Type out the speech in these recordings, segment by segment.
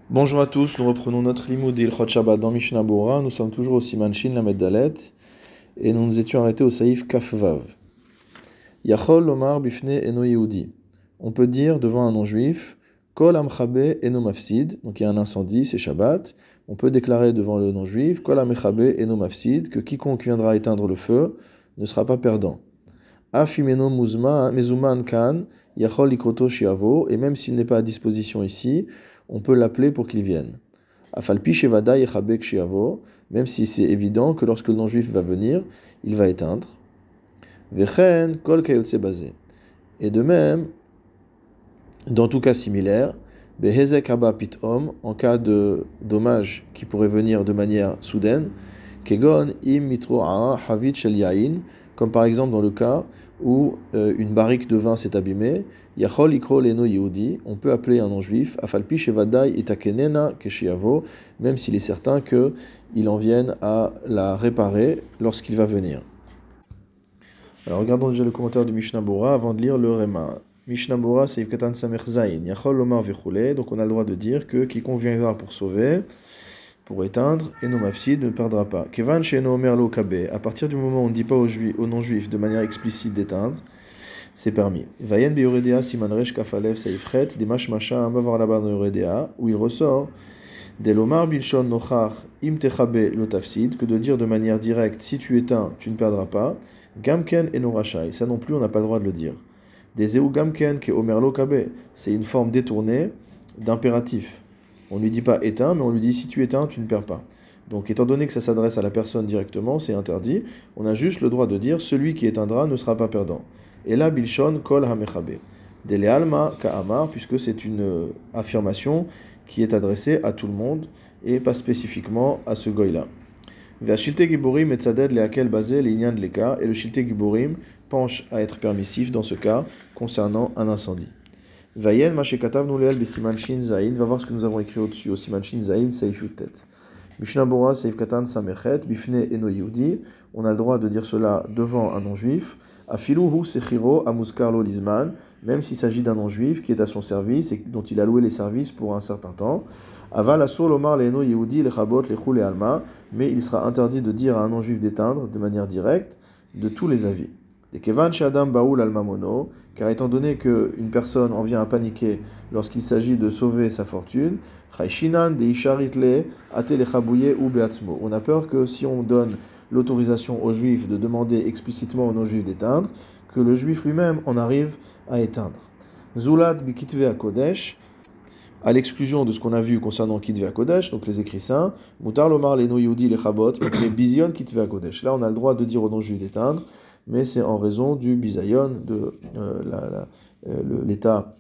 Bonjour à tous, nous reprenons notre limoud d'Ilchot Shabbat dans Mishnah Bora. Nous sommes toujours au Siman Shin Lamed Dalet et nous nous étions arrêtés au Saïf Kaf Vav. Yachol Lomar Bifne Eno Yehudi. On peut dire devant un non-juif Kol Amchabe Eno Mafsid. Donc il y a un incendie, c'est Shabbat. On peut déclarer devant le non-juif Kol Amchabe Eno Mafsid que quiconque viendra éteindre le feu ne sera pas perdant. Afimeno Mezuman Kan Yachol Likroto Shiavo. Et même s'il n'est pas à disposition ici, on peut l'appeler pour qu'il vienne. Afalpi Shevada Yechabek Shiavo, même si c'est évident que lorsque le non-juif va venir, il va éteindre. Vechen Kol Kayotse Bazé. Et de même, dans tout cas similaire, Behezek Haba Pitom, en cas de dommage qui pourrait venir de manière soudaine, Kegon Im Mitro'a Havit Shel Yain, comme par exemple dans le cas où une barrique de vin s'est abîmée, Yachol Ikro Leno Yehudi, on peut appeler un non-juif, Afalpi Shevadai Itakenena Keshiavo, même s'il est certain qu'il en vienne à la réparer lorsqu'il va venir. Alors regardons déjà le commentaire du Mishnah Bora avant de lire le Rema. Mishnah Bora, c'est Katan Samer Zayin, Yachol Lomar Vechule, donc on a le droit de dire que quiconque viendra pour sauver, pour éteindre, et no mafsid ne perdra pas. Kevan sheno omer lo kabe. À partir du moment où on ne dit pas aux non-juifs de manière explicite d'éteindre, c'est permis. Vayen beyoredea siman resh kafalev seifret dimash masha on va voir là-bas dans yoredea où il ressort de lomar bilshon nochar im techabe lo tafsid, que de dire de manière directe si tu éteins tu ne perdras pas. Gamken et no rachai, ça non plus on n'a pas le droit de le dire. Des eu gamken ke omer lo kabe, c'est une forme détournée d'impératif. On ne lui dit pas éteins, mais on lui dit si tu éteins, tu ne perds pas. Donc étant donné que ça s'adresse à la personne directement, c'est interdit. On a juste le droit de dire celui qui éteindra ne sera pas perdant. Et là, bilshon kol hamechabe. Dele alma ka'amar, puisque c'est une affirmation qui est adressée à tout le monde et pas spécifiquement à ce goy-là. Ve'ashilte giborim et tzaded leakel basé l'inyan de l'eka, et le shilte giborim penche à être permissif dans ce cas concernant un incendie. Vayen mashekatav nulel besiman shin zayin, va voir ce que nous avons écrit au-dessus au siman shin zayin seif yutet. Mishnah Bora seif katan samechet bifne eno yehudi, on a le droit de dire cela devant un non-juif. Afiluhu sechiro amuskarlo lizman, même s'il s'agit d'un non-juif qui est à son service et dont il a loué les services pour un certain temps. Aval asur lomar leeno yehudi lechabot lechou lealma, mais il sera interdit de dire à un non-juif d'éteindre de manière directe de tous les avis. Des kevan shadam baoul almamono, car étant donné qu'une personne en vient à paniquer lorsqu'il s'agit de sauver sa fortune, chayshinan de isharitle atelechabouye ou beatzmo. On a peur que si on donne l'autorisation aux juifs de demander explicitement aux non-juifs d'éteindre, que le juif lui-même en arrive à éteindre. Zulat bikitve akodesh, à l'exclusion de ce qu'on a vu concernant Kitve HaKodesh, donc les écrits saints, Mutar lomar leno yehudi lechabot, les bizion Kitve HaKodesh. Là, on a le droit de dire aux non-juifs d'éteindre, mais c'est en raison du bisayon, de l'état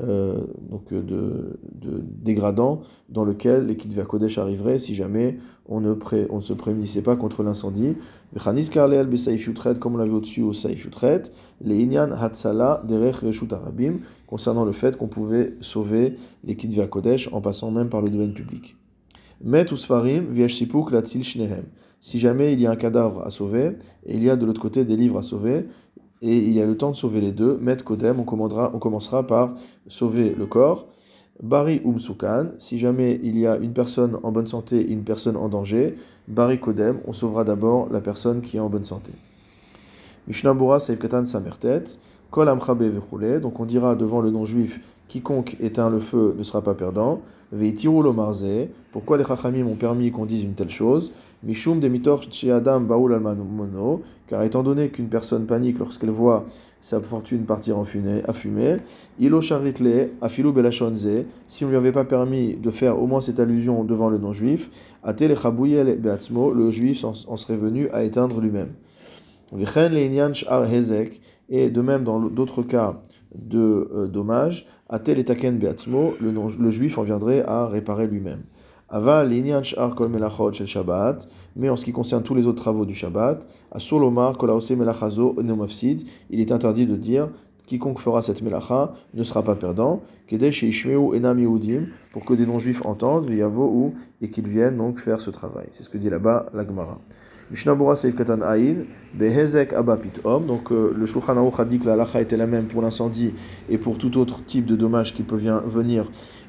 de dégradant dans lequel les Kitve HaKodesh arriveraient si jamais on ne se prémunissait pas contre l'incendie. Vechanis karleel besaif yutret, comme on l'avait au-dessus au saif yutret, les inyan hatsala derech reshut arabim, concernant le fait qu'on pouvait sauver les Kitve HaKodesh en passant même par le domaine public. Met usfarim viesh sipuk latzil shnehem. Si jamais il y a un cadavre à sauver, et il y a de l'autre côté des livres à sauver, et il y a le temps de sauver les deux, Met kodem, on commencera par sauver le corps. Bari umsukan, si jamais il y a une personne en bonne santé et une personne en danger, Bari kodem, on sauvera d'abord la personne qui est en bonne santé. Mishnah Bora seif katan samertet, kol amchabe vechule, donc on dira devant le non-juif, quiconque éteint le feu ne sera pas perdant. Veitiru lo marze, pourquoi les chachamim ont permis qu'on dise une telle chose? Mishum de mitor adam baoul almamono, car étant donné qu'une personne panique lorsqu'elle voit sa fortune partir à fumer, ilo charitle afilu belashonze, si on lui avait pas permis de faire au moins cette allusion devant le non-juif, atel echabuyel beatzmo, le juif en serait venu à éteindre lui-même. Vechen leinyan sh'ar hezek, et de même dans d'autres cas de dommage, atel etaken beatzmo, le juif en viendrait à réparer lui-même. Ava leinyan sh'ar kol melachot shel Shabbat, mais en ce qui concerne tous les autres travaux du Shabbat, asur lomar kol haoseh melachazo no mafsid, il est interdit de dire quiconque fera cette melacha ne sera pas perdant, kedei sheishmeu enam yehudim, pour que des non-juifs entendent, veyavo et qu'ils viennent donc faire ce travail. C'est ce que dit là-bas la Gemara. Mishnah Bora Seif Katan Aïn, Behezek Abba Pitom. Donc le Shulchan Aruch a dit que la halacha était la même pour l'incendie et pour tout autre type de dommage qui peut venir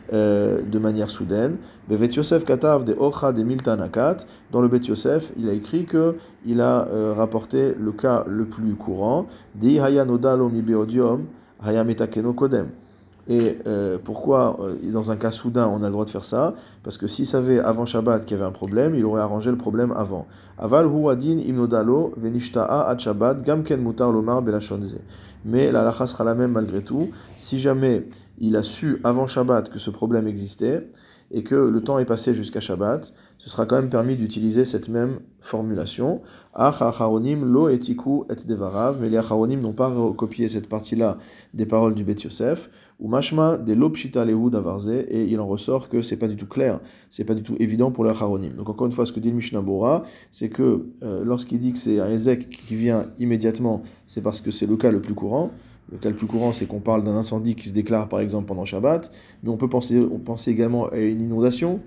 de manière soudaine. Bevet Yosef Katav de Ocha de Miltanakat. Dans le Bet Yosef, il a écrit que il a rapporté le cas le plus courant. Di Haya Nodalo Mi Beodium Haya Metakeno Kodem. Et pourquoi, dans un cas soudain, on a le droit de faire ça? Parce que s'il savait avant Shabbat qu'il y avait un problème, il aurait arrangé le problème avant. Aval hu adin imnodalo venishta'a ad Shabbat gamken mutar lomar belashonze. Mais la halakha sera la même malgré tout. Si jamais il a su avant Shabbat que ce problème existait et que le temps est passé jusqu'à Shabbat, ce sera quand même permis d'utiliser cette même formulation. Ach acharonim lo etiku et devarav. Mais les acharonim n'ont pas recopié cette partie-là des paroles du Bet Yosef. Ou mashma de l'opshita lehu davarze, et il en ressort que c'est pas du tout clair, c'est pas du tout évident pour le haronim. Donc encore une fois, ce que dit le Mishnah Bora, c'est que lorsqu'il dit que c'est un Ezek qui vient immédiatement, c'est parce que c'est le cas le plus courant. Le cas le plus courant, c'est qu'on parle d'un incendie qui se déclare par exemple pendant Shabbat, mais on pense également à une inondation.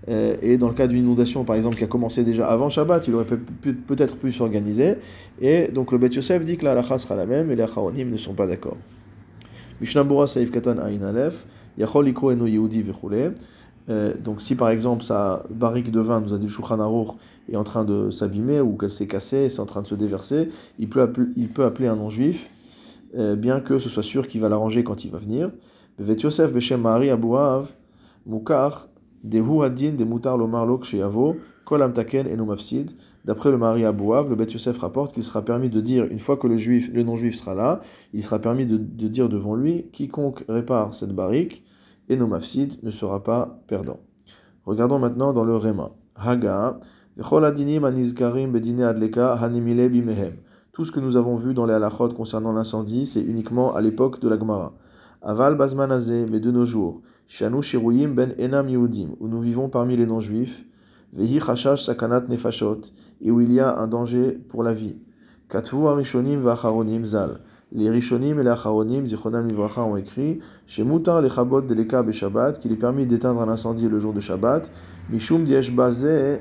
Et dans le cas d'une inondation, par exemple, qui a commencé déjà avant Shabbat, il aurait peut-être pu s'organiser. Et donc le Bet Yosef dit que la halakha sera la même, et les haronim ne sont pas d'accord. Mishnah Bora Saïf Katan Aïn Aleph, Yachol Ikro Eno Yehudi Vechule. Donc si par exemple sa barrique de vin, nous a dit le Shulchan Aruch, est en train de s'abîmer ou qu'elle s'est cassée, c'est en train de se déverser, il peut appeler un non-juif, bien que ce soit sûr qu'il va l'arranger quand il va venir. Bevet Yosef Beshem Mahari Abouav Mukar Dehu Hadin de Mutar Lomar Lok Sheyavo Kol Amtaken Eno Mafsid. D'après le Mahari Abouav, le Bet Yosef rapporte qu'il sera permis de dire, une fois que le non-juif sera là, il sera permis de dire devant lui, quiconque répare cette barrique, et no mafsid, ne sera pas perdant. Regardons maintenant dans le Réma. Haga, V'chol adinim anizkarim bedine adleka hanimile bimehem. Tout ce que nous avons vu dans les halachot concernant l'incendie, c'est uniquement à l'époque de la Gemara. Aval bazmanazé, mais de nos jours, shanu shiruyim ben enam yehudim, où nous vivons parmi les non-juifs, Vehi chashash sakanat nefashot, et où il y a un danger pour la vie. Katvu arishonim v'acharonim zal. Les rishonim et les acharonim, zichronam livracha, ont écrit chez Mutar lechabot deleka beshabbat, qu'il est permis d'éteindre un incendie le jour de Shabbat, mishum dieshba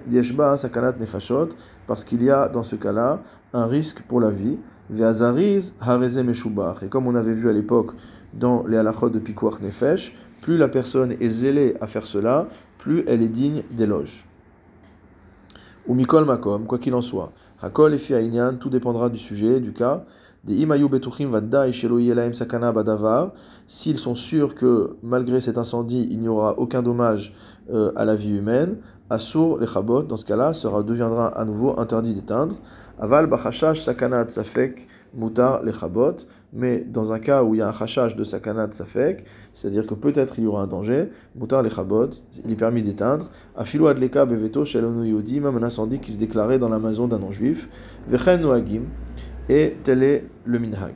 sakanat nefashot, parce qu'il y a dans ce cas-là un risque pour la vie. Ve'azariz hareze meshubach. Et comme on avait vu à l'époque dans les halachot de Pikuach Nefesh, plus la personne est zélée à faire cela, plus elle est digne d'éloge. Ou mikol makom, quoi qu'il en soit. Hakol et fiaïnian, tout dépendra du sujet, du cas. Des imayu betuchim vadda et shelo yelaim sakana badavar. S'ils sont sûrs que malgré cet incendie, il n'y aura aucun dommage à la vie humaine, asur les chabot, dans ce cas-là, deviendra à nouveau interdit d'éteindre. Aval bachashash sakanat safek mutar les chabot. Mais dans un cas où il y a un chashash de sakanat safek, c'est-à-dire que peut-être il y aura un danger, mutar les chabot, il est permis d'éteindre. Afilo adleka beveto shalonu yodi, même un incendie qui se déclarait dans la maison d'un non-juif. Vechen noagim, et tel est le minhag.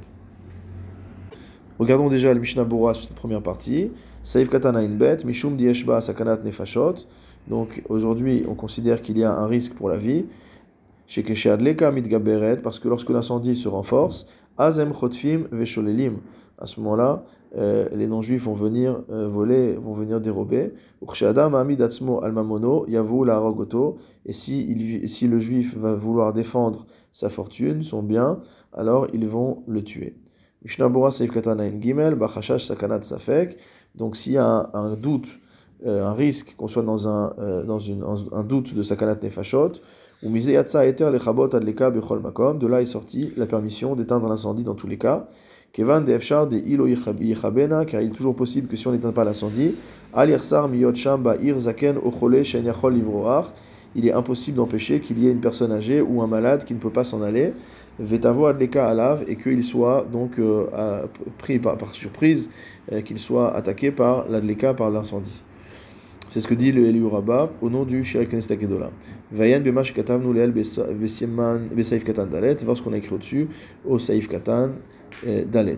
Regardons déjà le Mishnah Bora sur cette première partie. Saif katana inbet, mishum dieshba sakanat nefashot. Donc aujourd'hui, on considère qu'il y a un risque pour la vie. Shekeshe adleka mitgaberet, parce que lorsque l'incendie se renforce, azem chotfim vesholelim. À ce moment-là, les non-juifs vont venir voler, vont venir dérober. Ukshadam amid atzmo almamono yavu la rogoto. Et si le juif va vouloir défendre sa fortune, son bien, alors ils vont le tuer. Mishnah Bora Seif Katana in Gimel, Bachashash Sakanat Safek. Donc s'il y a un doute, un risque qu'on soit dans un doute de Sakanat Nefashot, ou Mizeyatsa Eter Lechabot Adleka Bechol Makom, de là est sortie la permission d'éteindre l'incendie dans tous les cas. Kevan de Efshar de Ilo Yichabena, car il est toujours possible que si on n'éteint pas l'incendie, Al Yersar Miyot Sham Ba'ir Zaken Ochole Shen Yachol Livroach, il est impossible d'empêcher qu'il y ait une personne âgée ou un malade qui ne peut pas s'en aller, Vetavo Adleka Alav, et qu'il soit donc pris par surprise, qu'il soit attaqué par l'Adleka, par l'incendie. C'est ce que dit le Eliu Rabba au nom du Shirek Knesset Kedola. Vayen Bemash Katavnu Leel Besaif Katan Dalet, voir ce qu'on a écrit au-dessus, au Saif Katan Dalet.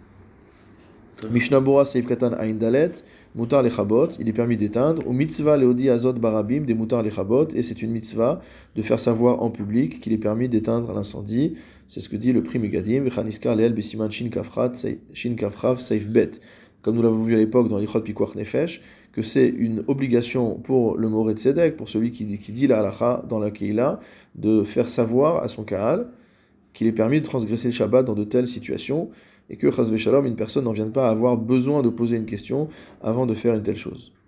Mishnah Bora Saif Katan Ain Dalet, Mutar Lechabot, il est permis d'éteindre, ou Mitzvah Leodi Azot Barabim, des Mutar Lechabot, et c'est une mitzvah de faire savoir en public qu'il est permis d'éteindre l'incendie. C'est ce que dit le Pri Megadim, Vechaniskar Leel Besiman Shin Kafrav Saif Bet. Comme nous l'avons vu à l'époque dans l'Ichot Pikuach Nefesh, que c'est une obligation pour le Moré Tzedek, pour celui qui dit la halacha dans la Keila, de faire savoir à son Kahal qu'il est permis de transgresser le Shabbat dans de telles situations, et que, chas v'shalom, une personne n'en vienne pas à avoir besoin de poser une question avant de faire une telle chose.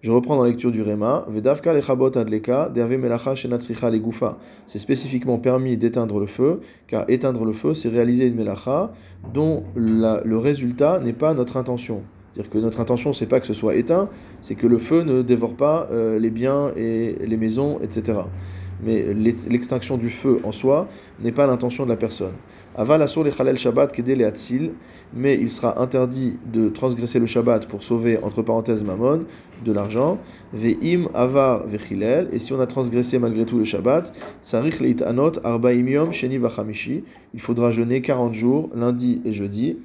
Je reprends dans la lecture du Réma. Vedavka lechabot adleka derve melacha shenatzricha legufa. C'est spécifiquement permis d'éteindre le feu, car éteindre le feu, c'est réaliser une melacha dont le résultat n'est pas notre intention. C'est-à-dire que notre intention, c'est pas que ce soit éteint, c'est que le feu ne dévore pas les biens et les maisons, etc. Mais l'extinction du feu en soi n'est pas l'intention de la personne. Aval asur lechalel Shabbat kedé leatzil, mais il sera interdit de transgresser le Shabbat pour sauver, entre parenthèses, mammon, de l'argent. Ve'im avar vechilel, et si on a transgressé malgré tout le Shabbat, tsarich leitanot arba'im yom sheni vachamishi, il faudra jeûner 40 jours, lundi et jeudi.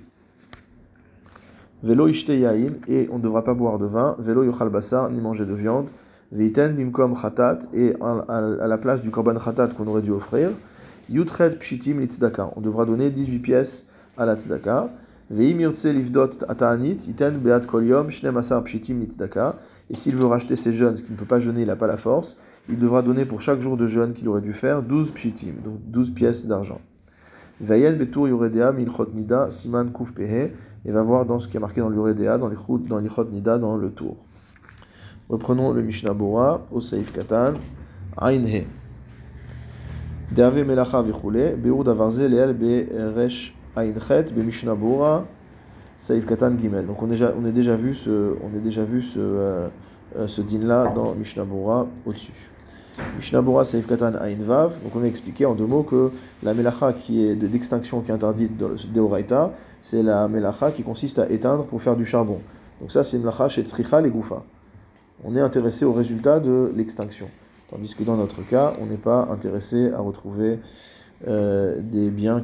Velo ishte yain, et on ne devra pas boire de vin. Velo yochal basar, ni manger de viande. Veiten bimkom khatat, et à la place du korban khatat qu'on aurait dû offrir. Yutred pshitim litzedaka, on devra donner 18 pièces à la tzedaka. Veim yirtse livdot ata'anit, iten beat kol yom shnem asar pshitim litzedaka. Et s'il veut racheter ses jeûnes, ce qu'il ne peut pas jeûner, il n'a pas la force, il devra donner pour chaque jour de jeûne qu'il aurait dû faire 12 pshitim, donc 12 pièces d'argent. Vayen betur yuredea milchot nida siman kuf pehe, et va voir dans ce qui est marqué dans l'uredea, dans l'ilchot nida, dans le tour. Reprenons le Mishnah Bora au Seif Katan, Ain He. Derve melacha vechule, beur davarze leel beresh Ain Chet, be Mishnah Bora, Seif Katan Gimel. Donc on a déjà vu ce din là dans Mishnah Bora au-dessus. Mishnah Bora Seif Katan Ain Vav. Donc on a expliqué en deux mots que la melacha qui est d'extinction qui est interdite dans le Deoraita, c'est la melacha qui consiste à éteindre pour faire du charbon. Donc ça c'est une melacha chez Tzricha les Goufa. On est intéressé au résultat de l'extinction. Tandis que dans notre cas, on n'est pas intéressé à retrouver des biens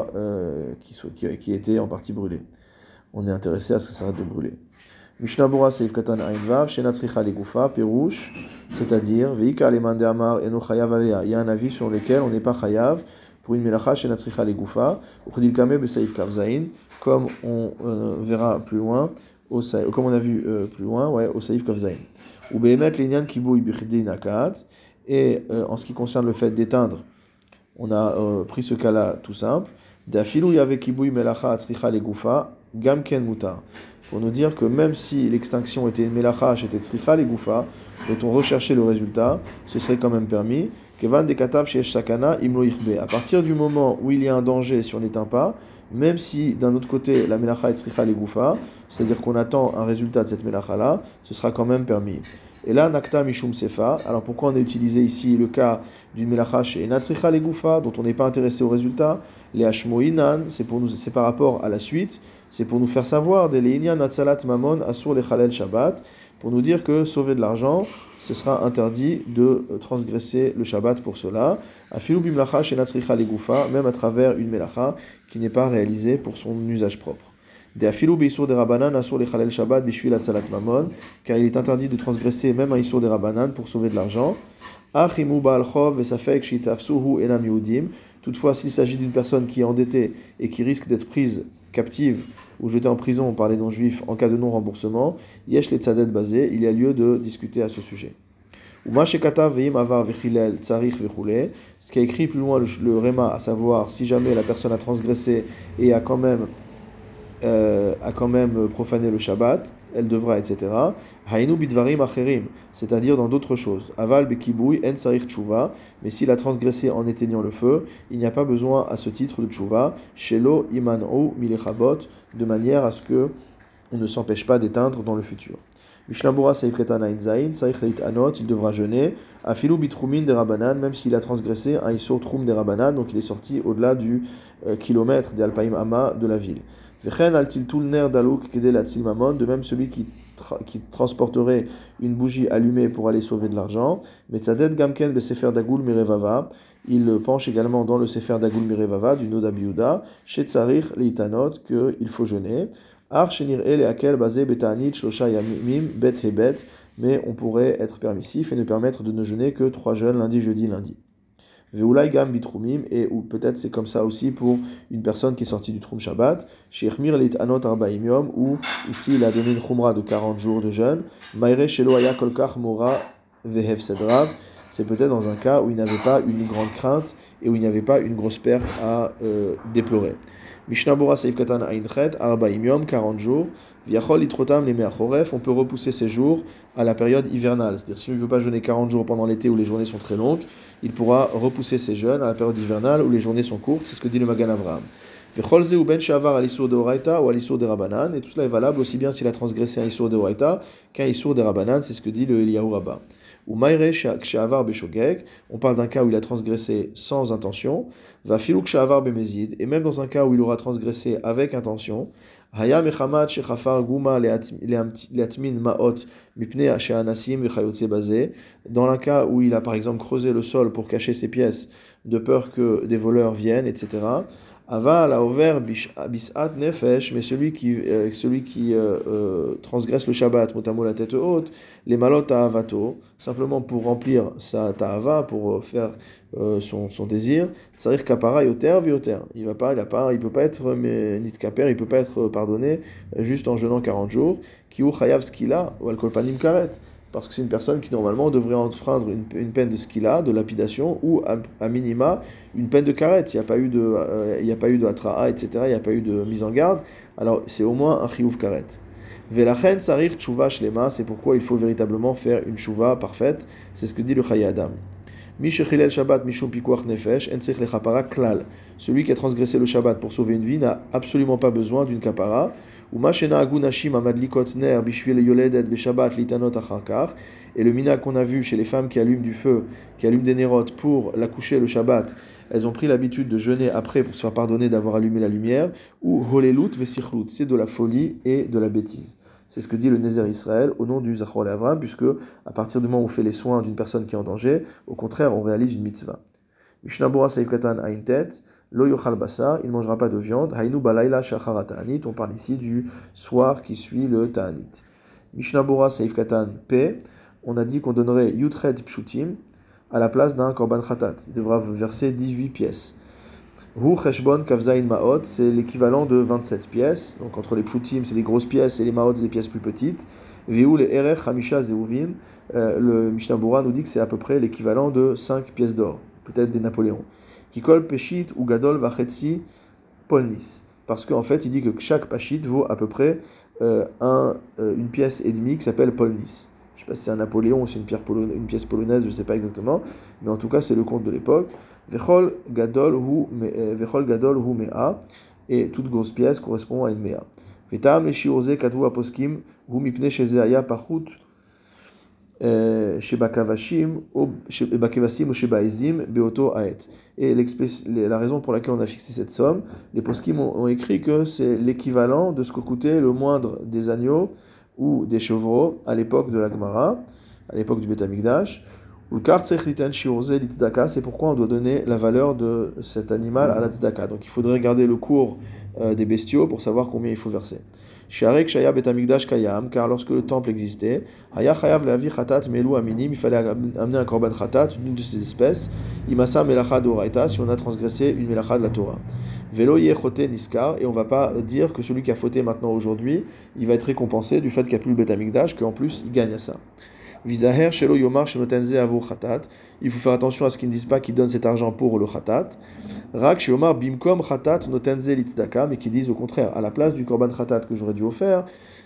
qui étaient en partie brûlés. On est intéressé à ce que ça arrête de brûler. Mishnah Bora Seif Katan Ain Vav, Shena Tzricha les Goufa, Perouche, c'est-à-dire Veika Aleman de Amar Eno Chayav Alea. Il y a un avis sur lequel on n'est pas Chayav pour une melacha Shena Tzricha les Goufa, Uchdil Kame Besaif Kavzain, comme on verra plus loin, comme on a vu plus loin, au Saif Kavzain. Ou Behemet Linyan Kibouy Bichdi Nakat, et en ce qui concerne le fait d'éteindre, on a pris ce cas-là tout simple. D'afilou Yave Kibouy Melacha Tzricha les Goufa, Gamken Mutar. Pour nous dire que même si l'extinction était une melacha, était tzricha les goufa, dont on recherchait le résultat, ce serait quand même permis. Kevan de katav sheesh sakana imlo ichbe. À partir du moment où il y a un danger, si on n'éteint pas, même si d'un autre côté la melacha est tzricha les goufa, c'est-à-dire qu'on attend un résultat de cette melacha là, ce sera quand même permis. Et là, nakta mishum sefa. Alors pourquoi on a utilisé ici le cas d'une melacha chez tzricha les goufa, dont on n'est pas intéressé au résultat? Les hashmoinan, c'est par rapport à la suite. C'est pour nous faire savoir des Leïnian Natsalat Mamon Asur le Chalel Shabbat, pour nous dire que sauver de l'argent, ce sera interdit de transgresser le Shabbat pour cela. Afilou bimlacha shenatzricha legoufa, même à travers une melacha qui n'est pas réalisée pour son usage propre. De afilou beisur de Rabbanan Asur le Chalel Shabbat bishuil Natsalat Mamon, car il est interdit de transgresser même un isur de Rabbanan pour sauver de l'argent. Achimu Baal Chov vesafek shitafsuhu enam Yehudim. Toutefois, s'il s'agit d'une personne qui est endettée et qui risque d'être prise captive ou jetée en prison par les non-juifs en cas de non-remboursement, yesh le tzadet basé, il y a lieu de discuter à ce sujet. Uma shekata veim avar vechilel tsarich vechule, ce qui a écrit plus loin le Réma, à savoir si jamais la personne a transgressé et a quand même profané le Shabbat, elle devra, etc. Hainu bidvarim acherim, c'est-à-dire dans d'autres choses. Aval bekibouy en sarich tshuva, mais s'il a transgressé en éteignant le feu, il n'y a pas besoin à ce titre de tshuva, shelo imanu milechabot, de manière à ce que on ne s'empêche pas d'éteindre dans le futur. Mishnah Bora Seif Katan Ain Zain, Sarich Leit Anot, il devra jeûner. Afilou bitrumin des Rabbanan, même s'il a transgressé un isur trum des Rabbanan, donc il est sorti au-delà du kilomètre des Alpaïm Ama de la ville. Vechen altiltul ner daluk kedel atzil mamon, de même celui qui transporterait une bougie allumée pour aller sauver de l'argent. Metzadet gamken besefer dagul mirevava, il penche également dans le sefer dagul mirevava du Noda Biuda, chez Tsarich leitanot, qu'il faut jeûner. Ar shenir el et akel basé betanit shlosha yamim bet hebet, mais on pourrait être permissif et ne permettre de ne jeûner que 3 jeûnes, lundi, jeudi, lundi. Veulai gam bitrumim, et ou peut-être c'est comme ça aussi pour une personne qui est sortie du Trum Shabbat, chez Chmir lit anot arba'im yom, où ici il a donné une chumra de 40 jours de jeûne, maire shelo aya kolkach mora vehev sedrav, c'est peut-être dans un cas où il n'avait pas une grande crainte et où il n'y avait pas une grosse perte à déplorer. Mishnah Bora Seif Katan Ainchet, Arbaim Yom, 40 jours. Viachol Itrotam les Meachoref, on peut repousser ces jours à la période hivernale. C'est-à-dire, si on ne veut pas jeûner 40 jours pendant l'été où les journées sont très longues, il pourra repousser ses jeûnes à la période hivernale où les journées sont courtes. C'est ce que dit le Magan Avraham. Vechol Ze ou Ben Shavar à l'Issour de Oraita ou à l'Issour de Rabanan. Et tout cela est valable aussi bien s'il a transgressé un Issour de Oraita qu'un Issour de Rabanan. C'est ce que dit le Eliyahu Rabbah. Ou Maïre Kshavar Beshogeg, on parle d'un cas où il a transgressé sans intention. Va Filou Kshavar Bemezid, et même dans un cas où il aura transgressé avec intention. Haya Mechamat Shechafar Guma Leatmin Maot Mipne Sheanasim Vechayotse Bazé. Dans un cas où il a par exemple creusé le sol pour cacher ses pièces, de peur que des voleurs viennent, etc. Ava la over bisat nefesh, mais celui qui transgresse le Shabbat, motamo la tête haute, les malot ta'avato, simplement pour remplir sa ta'ava, pour faire son désir, c'est-à-dire kapara yoter vioter. Il peut pas être nitkaper, il peut pas être pardonné juste en jeûnant 40 jours. Ki u chayav skila ou al kolpanim karet. Parce que c'est une personne qui normalement devrait enfreindre une peine de skila, de lapidation, ou à minima une peine de karet. Il n'y a pas eu de atra'a, etc. Il n'y a pas eu de mise en garde. Alors c'est au moins un chiyuv karet. Velachen sarir tshuva shlema, c'est pourquoi il faut véritablement faire une tshuva parfaite. C'est ce que dit le Chayei Adam. Mishechilel Shabbat mishum pikuach nefesh ensech lechapara klal. Celui qui a transgressé le Shabbat pour sauver une vie n'a absolument pas besoin d'une kapara. Et le mina qu'on a vu chez les femmes qui allument du feu, qui allument des nérotes pour la coucher le Shabbat, elles ont pris l'habitude de jeûner après pour se faire pardonner d'avoir allumé la lumière, ou holelut vesirlut, c'est de la folie et de la bêtise. C'est ce que dit le Nézer Israël au nom du Zachor et Avram, puisque à partir du moment où on fait les soins d'une personne qui est en danger, au contraire, on réalise une mitzvah. Mishnah Bora Seif Katan Aintet, Lo yochal basar, il ne mangera pas de viande. Hainu balayla shachar ta'anit, on parle ici du soir qui suit le ta'anit. Mishnah Bora Seif Katan P, on a dit qu'on donnerait yutred pshutim à la place d'un korban khatat. Il devra verser 18 pièces. Hu cheshbon kavzain maot, c'est l'équivalent de 27 pièces. Donc entre les pshutim, c'est les grosses pièces, et les maot, c'est les pièces plus petites. Veu le erech hamisha zeuvim, le Mishnah Bora nous dit que c'est à peu près l'équivalent de 5 pièces d'or, peut-être des Napoléons. Kikol peshit ou gadol vachetzi polnis. Parce qu'en fait, il dit que chaque pashit vaut à peu près une pièce et demie qui s'appelle polnis. Je ne sais pas si c'est un Napoléon ou c'est une pièce polonaise, je ne sais pas exactement, mais en tout cas, c'est le compte de l'époque. Vechol gadol hu mea, et toute grosse pièce correspond à une mea. Vetam le shiurze katvu aposkim hu mipne shezeaya pachut. Chez Bakavasim ou chez Baezim, Beoto Aet. Et la raison pour laquelle on a fixé cette somme, les poskim ont écrit que c'est l'équivalent de ce que coûtait le moindre des agneaux ou des chevreaux à l'époque de la Gemara, à l'époque du Beth Amikdash. C'est pourquoi on doit donner la valeur de cet animal à la tzedaka. Donc il faudrait regarder le cours des bestiaux pour savoir combien il faut verser. Sharek Shaya Bet Amikdash Kayam, car lorsque le temple existait, Haya Chayav Leavi Khatat Melu Aminim, il fallait amener un korban Khatat, une de ces espèces, Imasa Melacha d'Oraita, si on a transgressé une Melacha de la Torah. Velo Yechote Niskar, et on ne va pas dire que celui qui a fauté maintenant aujourd'hui, il va être récompensé du fait qu'il n'y a plus le Bet Amikdash, qu'en plus il gagne à ça. Vizaher Shelo Yomar Shenotenze Avo Khatat, il faut faire attention à ce qu'ils ne disent pas qu'ils donnent cet argent pour le Khatat. Rak Shomar Bimkom Khatat Notenze Litdaka, mais qui disent au contraire, à la place du Korban Khatat que j'aurais dû offrir,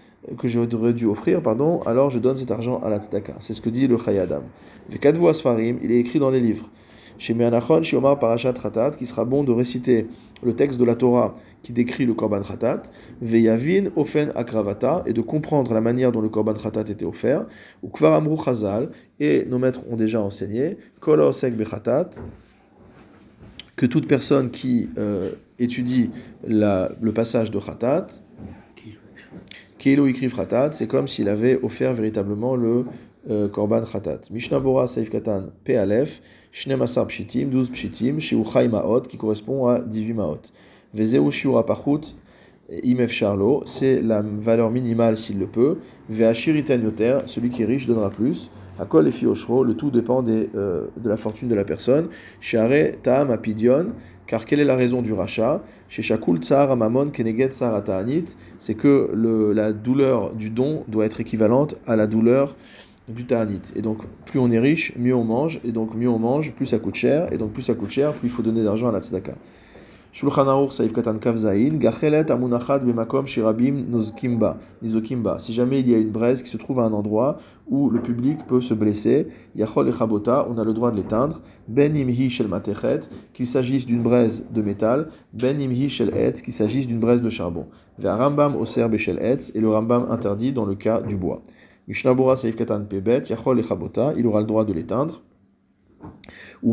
alors je donne cet argent à la tzedaka. C'est ce que dit le Chayei Adam. Vekadvu Asfarim, il est écrit dans les livres. Chez Me'anachon, chez Omar Parashat Khatat, qu'il sera bon de réciter le texte de la Torah qui décrit le Korban Khatat, Veyavin Ofen Akravata, et de comprendre la manière dont le Korban Khatat était offert, ou Kvar Amru Chazal, et nos maîtres ont déjà enseigné, Kol Osek Bechatat, que toute personne qui étudie le passage de Khatat, Keilo Ikriv Khatat, c'est comme s'il avait offert véritablement le Korban Khatat. Mishnah Bora Seif Katan Pe Aleph, Shnem Asar Pshitim, 12 Pshitim, Shiuchai Maot, qui correspond à 18 Maot. Vezeu Shiura Pachut, Imef Charlo, c'est la valeur minimale s'il le peut. Veachir Iten Yoter, celui qui est riche donnera plus. Hakol et Fioshro, le tout dépend de la fortune de la personne. Share Ta'am Apidion, car quelle est la raison du rachat? Chez Shakul Tsar Amamon Keneget Tsar Ta'anit, c'est que la douleur du don doit être équivalente à la douleur du Ta'anit. Et donc, plus on est riche, mieux on mange. Et donc, mieux on mange, plus ça coûte cher. Et donc, plus ça coûte cher, plus il faut donner d'argent à la tzedaka. Shulchan Aruch Saif Katan Kavzaïn, Gachelet Amunachat Bemakom Shirabim Nizokimba. Si jamais il y a une braise qui se trouve à un endroit où le public peut se blesser, Yachol Echabota, on a le droit de l'éteindre, Ben Imhi Shel Matechet, qu'il s'agisse d'une braise de métal, Ben Imhi Shel Etz, qu'il s'agisse d'une braise de charbon. Vers Rambam Oser Beshel Etz, et le Rambam interdit dans le cas du bois. Mishnabura Saif Katan Pebet, Yachol Echabota, il aura le droit de l'éteindre. On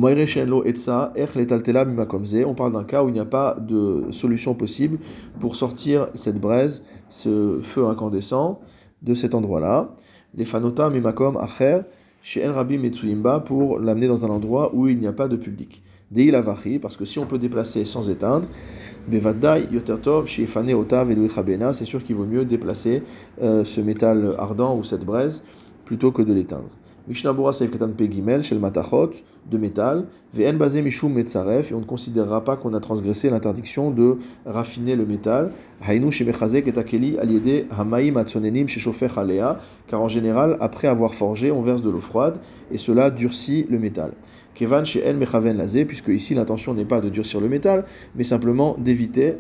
parle d'un cas où il n'y a pas de solution possible pour sortir cette braise, ce feu incandescent de cet endroit-là. Les fanota mimakom acher chez El Rabbi Metsuyimba pour l'amener dans un endroit où il n'y a pas de public. Deil avachi, parce que si on peut déplacer sans éteindre, bevadai yotertov chez Fane Otav et Louichabena, c'est sûr qu'il vaut mieux déplacer ce métal ardent ou cette braise plutôt que de l'éteindre. Mishnabura Saif Katan Pegimel, Shel Matachot, de métal, V'en Bazé Mishum Metzaref, et on ne considérera pas qu'on a transgressé l'interdiction de raffiner le métal, Hainu Shemechazek et Takeli Aliede Hamaim Atsonenim Sheshofech Alea, car en général, après avoir forgé, on verse de l'eau froide, et cela durcit le métal. Kevan She'en Mechaven Lazé, puisque ici l'intention n'est pas de durcir le métal, mais simplement d'éviter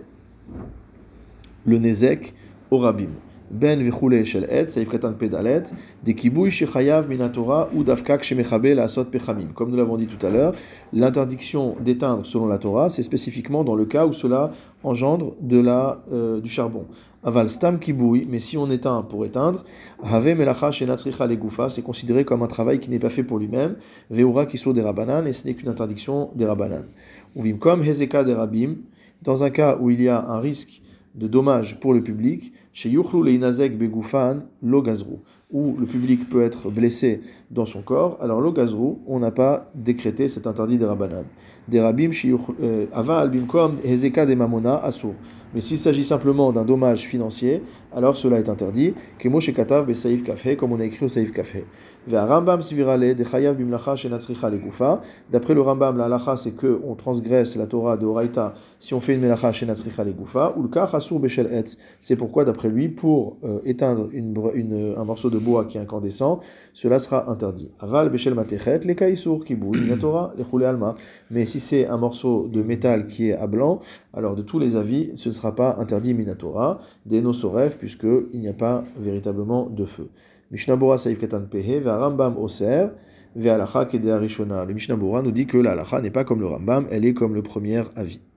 le Nezek au Rabim. Ben vechule shel et, saif katan pedalet, des kibouy shechayav minatora ou davkak shemechabe la asot pechamim. Comme nous l'avons dit tout à l'heure, l'interdiction d'éteindre selon la Torah, c'est spécifiquement dans le cas où cela engendre du charbon. Aval stam kibouy, mais si on éteint pour éteindre, have melacha shenatzricha legoufa, c'est considéré comme un travail qui n'est pas fait pour lui-même, veura kiso des rabanan, et ce n'est qu'une interdiction des rabanan. Uvim kom hezeka des rabim, dans un cas où il y a un risque de dommages pour le public, chez Yuchlu leinazek begoufan lo gazrou, où le public peut être blessé dans son corps, alors lo gazrou, on n'a pas décrété cet interdit des rabanan. Des rabim ava albimkom hezeka de mamona asur. Mais s'il s'agit simplement d'un dommage financier, alors cela est interdit. Kemo shekatav be saif kafhe, comme on a écrit au saif kafhe. Ve Rambam svirale de chayav bimlacha shenatzricha legoufa. D'après le Rambam, la halacha c'est que on transgresse la Torah de Oraita si on fait une melacha shenatzricha legoufa. Ou le kach asur beshel etz. C'est pourquoi d'après lui, pour éteindre un morceau de bois qui est incandescent, cela sera interdit. Aval beshel matechet le kaisur kibou la Torah le chule alma. Mais si c'est un morceau de métal qui est à blanc, alors de tous les avis, ce ne sera pas interdit minatora, des nosoref, puisqu'il n'y a pas véritablement de feu. Mishnabura Saif Katan Pehe, Ve Rambam Oser, Ve Alacha Kedea Rishona. Le Mishnabura nous dit que la Alacha n'est pas comme le Rambam, elle est comme le premier avis.